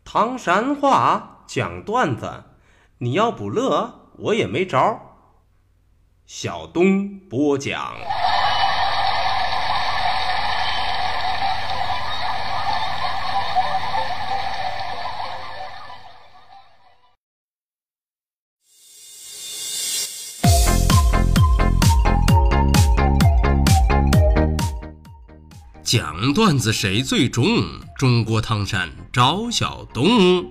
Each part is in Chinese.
唐山话讲段子，你要不乐，我也没招。小东播讲。讲段子谁最中？中国唐山找小东。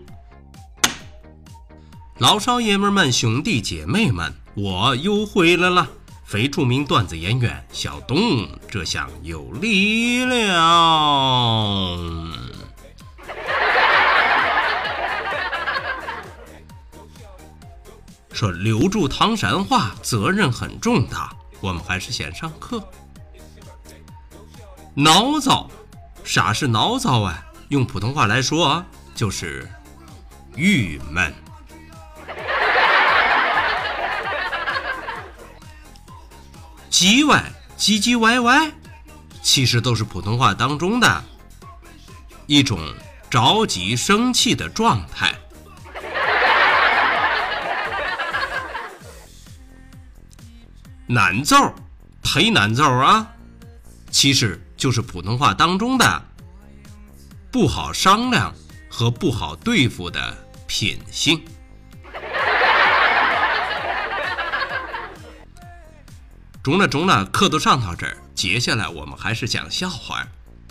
老少爷们们、兄弟姐妹们，我又回来了，非著名段子演员小东，这下有力量。说留住唐山话责任很重大，我们还是先上课。挠躁，啥是挠躁啊？用普通话来说，就是郁闷。叽歪、唧唧歪歪，其实都是普通话当中的一种着急生气的状态。难揍，忒难揍啊！其实就是普通话当中的不好商量和不好对付的品性。中了，课都上到这儿，接下来我们还是讲笑话。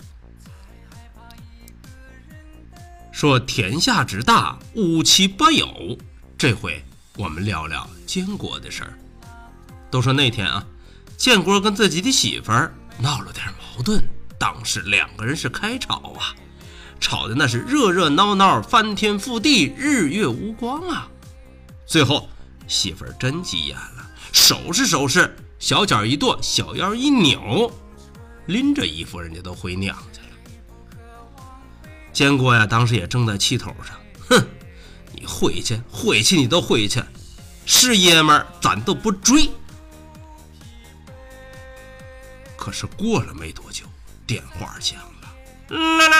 说天下之大，无奇不有，这回我们聊聊建国的事儿。都说那天啊，建国跟自己的媳妇儿闹了点矛盾，当时两个人是开吵啊，吵的那是热热闹闹，翻天覆地，日月无光啊。最后媳妇儿真急眼了，收拾，小脚一跺，小腰一扭，拎着衣服人家都回娘家了。建国呀，当时也正在气头上，哼，你回去你都回去，是爷们儿咱都不追。可是过了没多久，电话响了，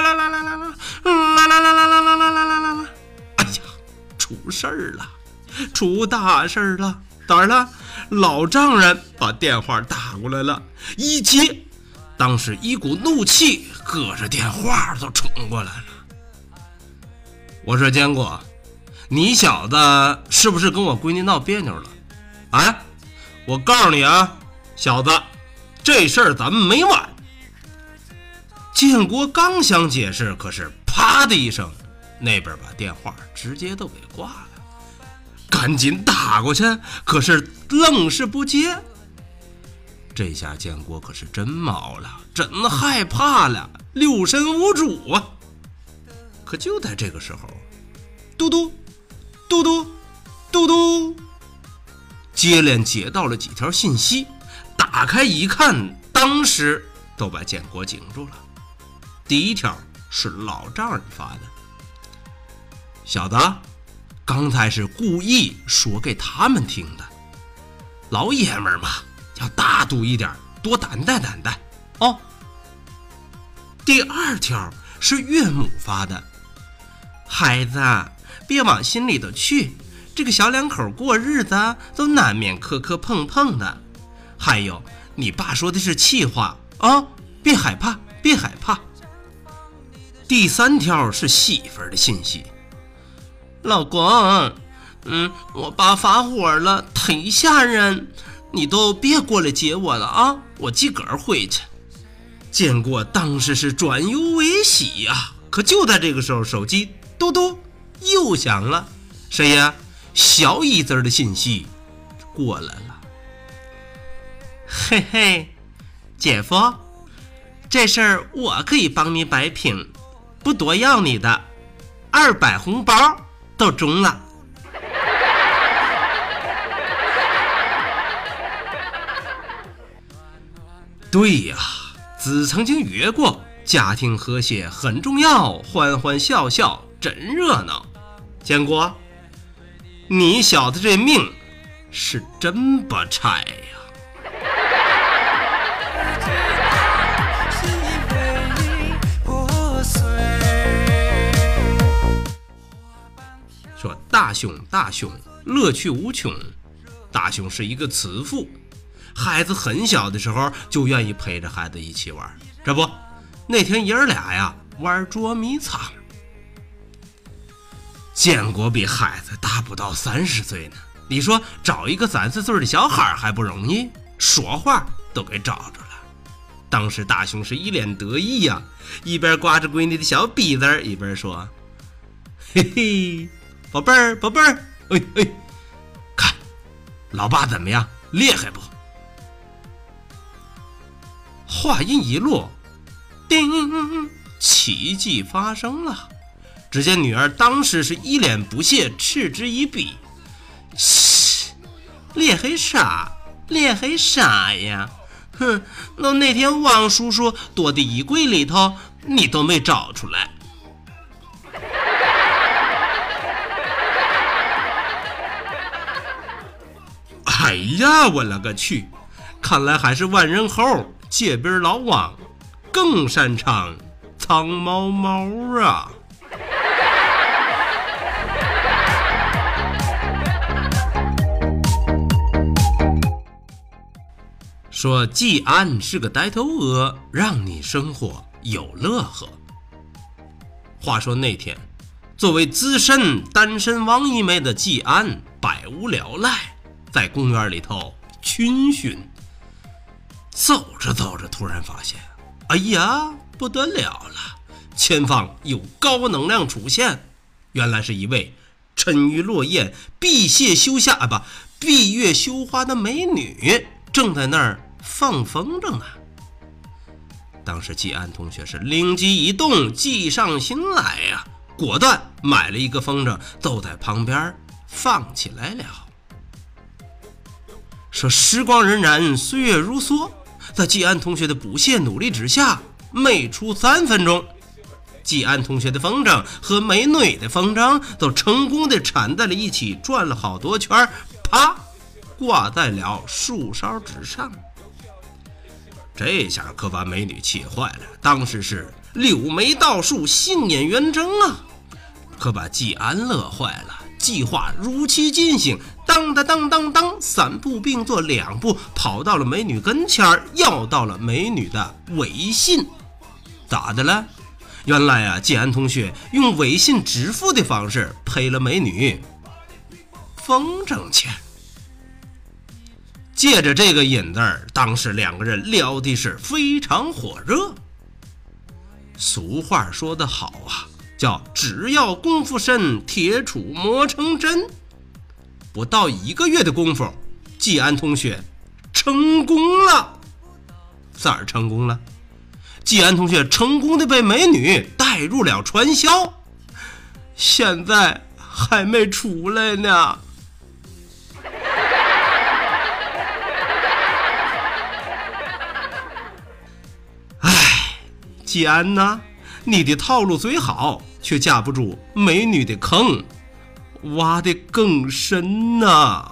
啦！哎呀，出事儿了，出大事儿了！当然了，老丈人把电话打过来了，一接，当时一股怒气隔着电话都冲过来了。我说建国，你小子是不是跟我闺女闹别扭了？啊，我告诉你啊，小子，这事儿咱们没完。建国刚想解释，可是啪的一声，那边把电话直接都给挂了。赶紧打过去，可是愣是不接。这下建国可是真毛了，真害怕了，六神无主啊。可就在这个时候，嘟嘟嘟嘟嘟嘟，接连接到了几条信息，打开一看，当时都把建国惊住了。第一条是老丈人发的，小子，刚才是故意说给他们听的，老爷们儿嘛，要大度一点，多担待哦。第二条是岳母发的，孩子别往心里头去，这个小两口过日子都难免磕磕碰碰的，还有你爸说的是气话啊，别害怕。第三条是媳妇儿的信息，老公，我爸发火了，忒吓人，你都别过来接我了啊，我自个儿回去。建国当时是转忧为喜呀，可就在这个时候，手机嘟嘟又响了，谁呀？小姨子的信息过来了。嘿嘿，姐夫，这事儿我可以帮你摆平，不多要你的200红包都中了。对呀，子曾经约过，家庭和谐很重要，欢欢笑笑真热闹。建国，你小子这命是真不差呀。 大熊大熊，乐趣无穷。大熊是一个慈父，孩子很小的时候就愿意陪着孩子一起玩。这不，那天爷儿俩呀玩捉迷藏。建国比孩子大不到30岁呢，你说找一个3、4岁的小孩还不容易，说话都给找着了。当时大熊是一脸得意呀，一边刮着闺女的小鼻子，一边说：“嘿嘿，宝贝儿，宝贝儿，哎哎，看老爸怎么样，厉害不？”话音一落，叮，奇迹发生了。只见女儿当时是一脸不屑，嗤之以鼻：“嘘，厉害啥？厉害啥呀？哼，那天王叔叔躲的衣柜里头，你都没找出来。”哎呀，我勒个去！看来还是万人猴借兵老王更擅长藏猫猫啊！说季安是个呆头鹅，让你生活有乐呵。话说那天，作为资深单身王一枚的季安百无聊赖，在公园里头逡巡。走着走着，突然发现，哎呀，不得了了！前方有高能量出现，原来是一位沉鱼落雁、闭月羞花的美女，正在那儿放风筝呢。当时季安同学是灵机一动，计上心来呀，果断买了一个风筝，都在旁边放起来了。说时光荏苒，岁月如梭，在季安同学的不懈努力之下，每出3分钟，季安同学的风筝和美女的风筝都成功的缠在了一起，转了好多圈，啪，挂在了树梢之上。这下可把美女气坏了，当时是柳眉倒竖，杏眼圆睁啊！可把季安乐坏了，计划如期进行，当当当当当，3步并作2步跑到了美女跟前，要到了美女的微信。咋的了？原来啊，季安同学用微信支付的方式赔了美女风筝钱。借着这个引子，当时2个人聊的是非常火热。俗话说得好啊，叫只要功夫深，铁杵磨成针。不到1个月的功夫，季安同学成功了。咋儿成功了？季安同学成功的被美女带入了传销，现在还没出来呢。季安呐，你的套路最好，却架不住美女的坑，挖得更深呐。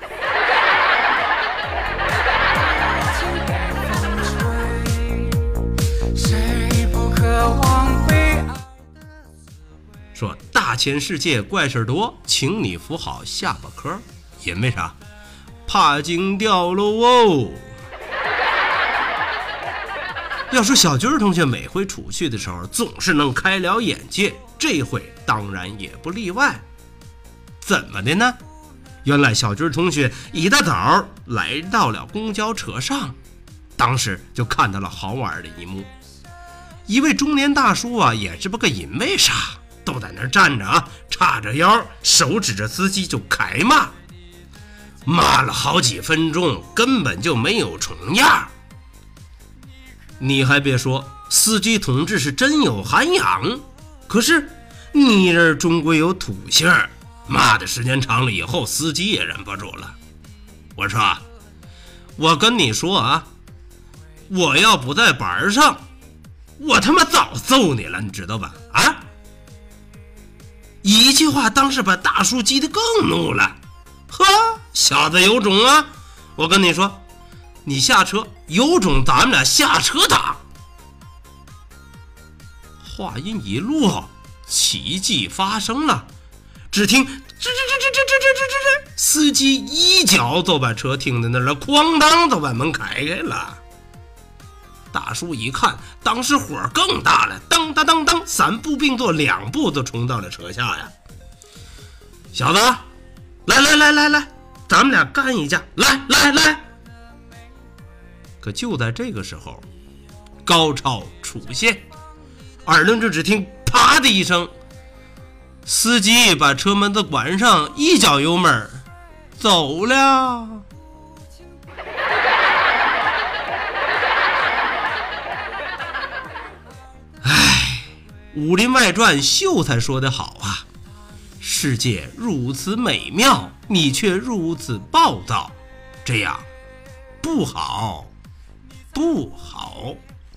说大千世界怪事多，请你扶好下巴颏，因为啥？怕惊掉了哦。要说小军同学每回出去的时候总是能开了眼界，这回当然也不例外。怎么的呢？原来小军同学一大早来到了公交车上，当时就看到了好玩的一幕。一位中年大叔啊，也是不个因为啥，都在那儿站着啊，叉着腰，手指着司机就开骂，骂了好几分钟，根本就没有重样。你还别说，司机同志是真有涵养，可是泥人终归有土性，骂的时间长了以后，司机也忍不住了。我说，我跟你说啊，我要不在板上，我他妈早揍你了，你知道吧？啊！一句话当时把大叔急得更怒了。呵，小子有种啊！我跟你说，你下车，有种咱们俩下车打。话音一落，奇迹发生了。 只听吱吱吱吱吱吱吱吱吱，司机一脚就把车停在那儿了，哐当就把门开开了。大叔一看，当时火更大了，当当当当，三步并作两步就冲到了车下呀。小子，来来来来来，咱们俩干一架，来来来。可就在这个时候，高潮出现，耳轮子只听啪的一声，司机把车门子关上，一脚油门走了。唉，《武林外传》秀才说得好啊，世界如此美妙，你却如此暴躁，这样不好，不好。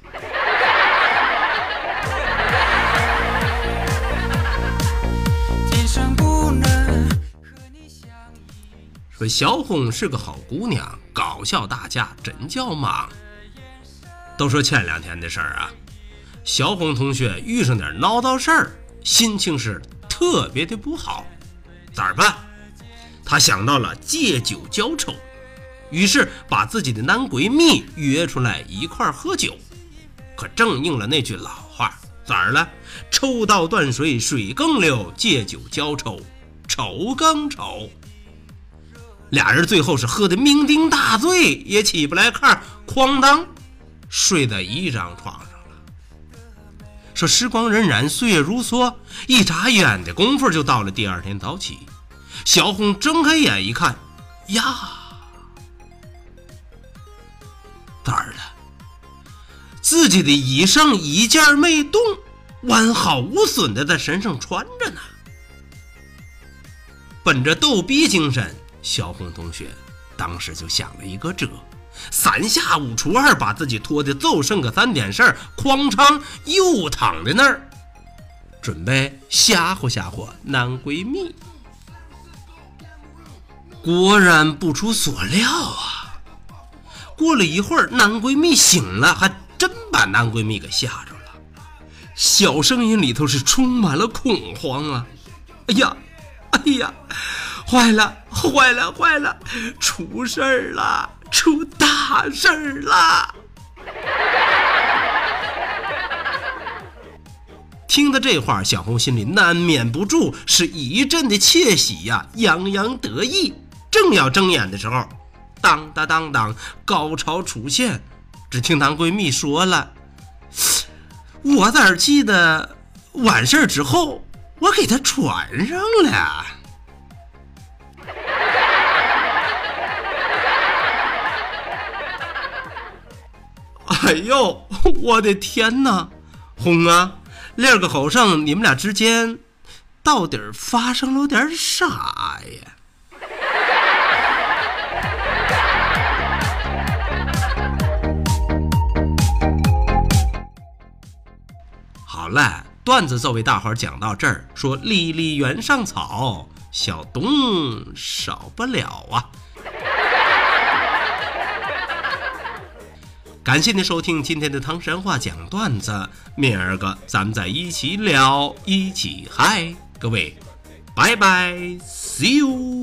说小红是个好姑娘，搞笑大家真叫忙。都说前2天的事儿啊，小红同学遇上点闹叨事儿，心情是特别的不好。咋儿办？她想到了借酒浇愁，于是把自己的男闺蜜约出来一块儿喝酒。可正应了那句老话，咋儿了？抽刀断水，水更流；借酒浇愁，愁更愁。俩人最后是喝得酩酊大醉，也起不来炕，哐当睡在一张床上了。说时光荏苒，岁月如梭，一眨眼的功夫就到了第2天早起。小红睁开眼一看，呀，咋儿了？自己的衣裳一件没动，完好无损的在身上穿着呢。本着逗逼精神，小红同学当时就想了一个辙，3下5除2，把自己脱的就剩个3点事，哐当又躺在那儿，准备吓唬吓唬男闺蜜。果然不出所料啊，过了一会儿，男闺蜜醒了，还真把男闺蜜给吓着了，小声音里头是充满了恐慌啊！哎呀，哎呀，坏了，坏了，坏了，出事儿了，出大事儿了！听到这话，小红心里难免不住是一阵的窃喜呀，洋洋得意。正要睁眼的时候，当当当当，高潮出现。只听男闺蜜说了：“我咋儿记得完事儿之后，我给他传上了。”哎呦，我的天哪！红啊，练个后生，你们俩之间到底发生了点啥呀？好了，段子就为大伙讲到这儿。说粒粒原上草，小东少不了啊。感谢您收听今天的唐山话讲段子，明儿个咱们再一起聊，一起嗨，各位拜拜 ，see you。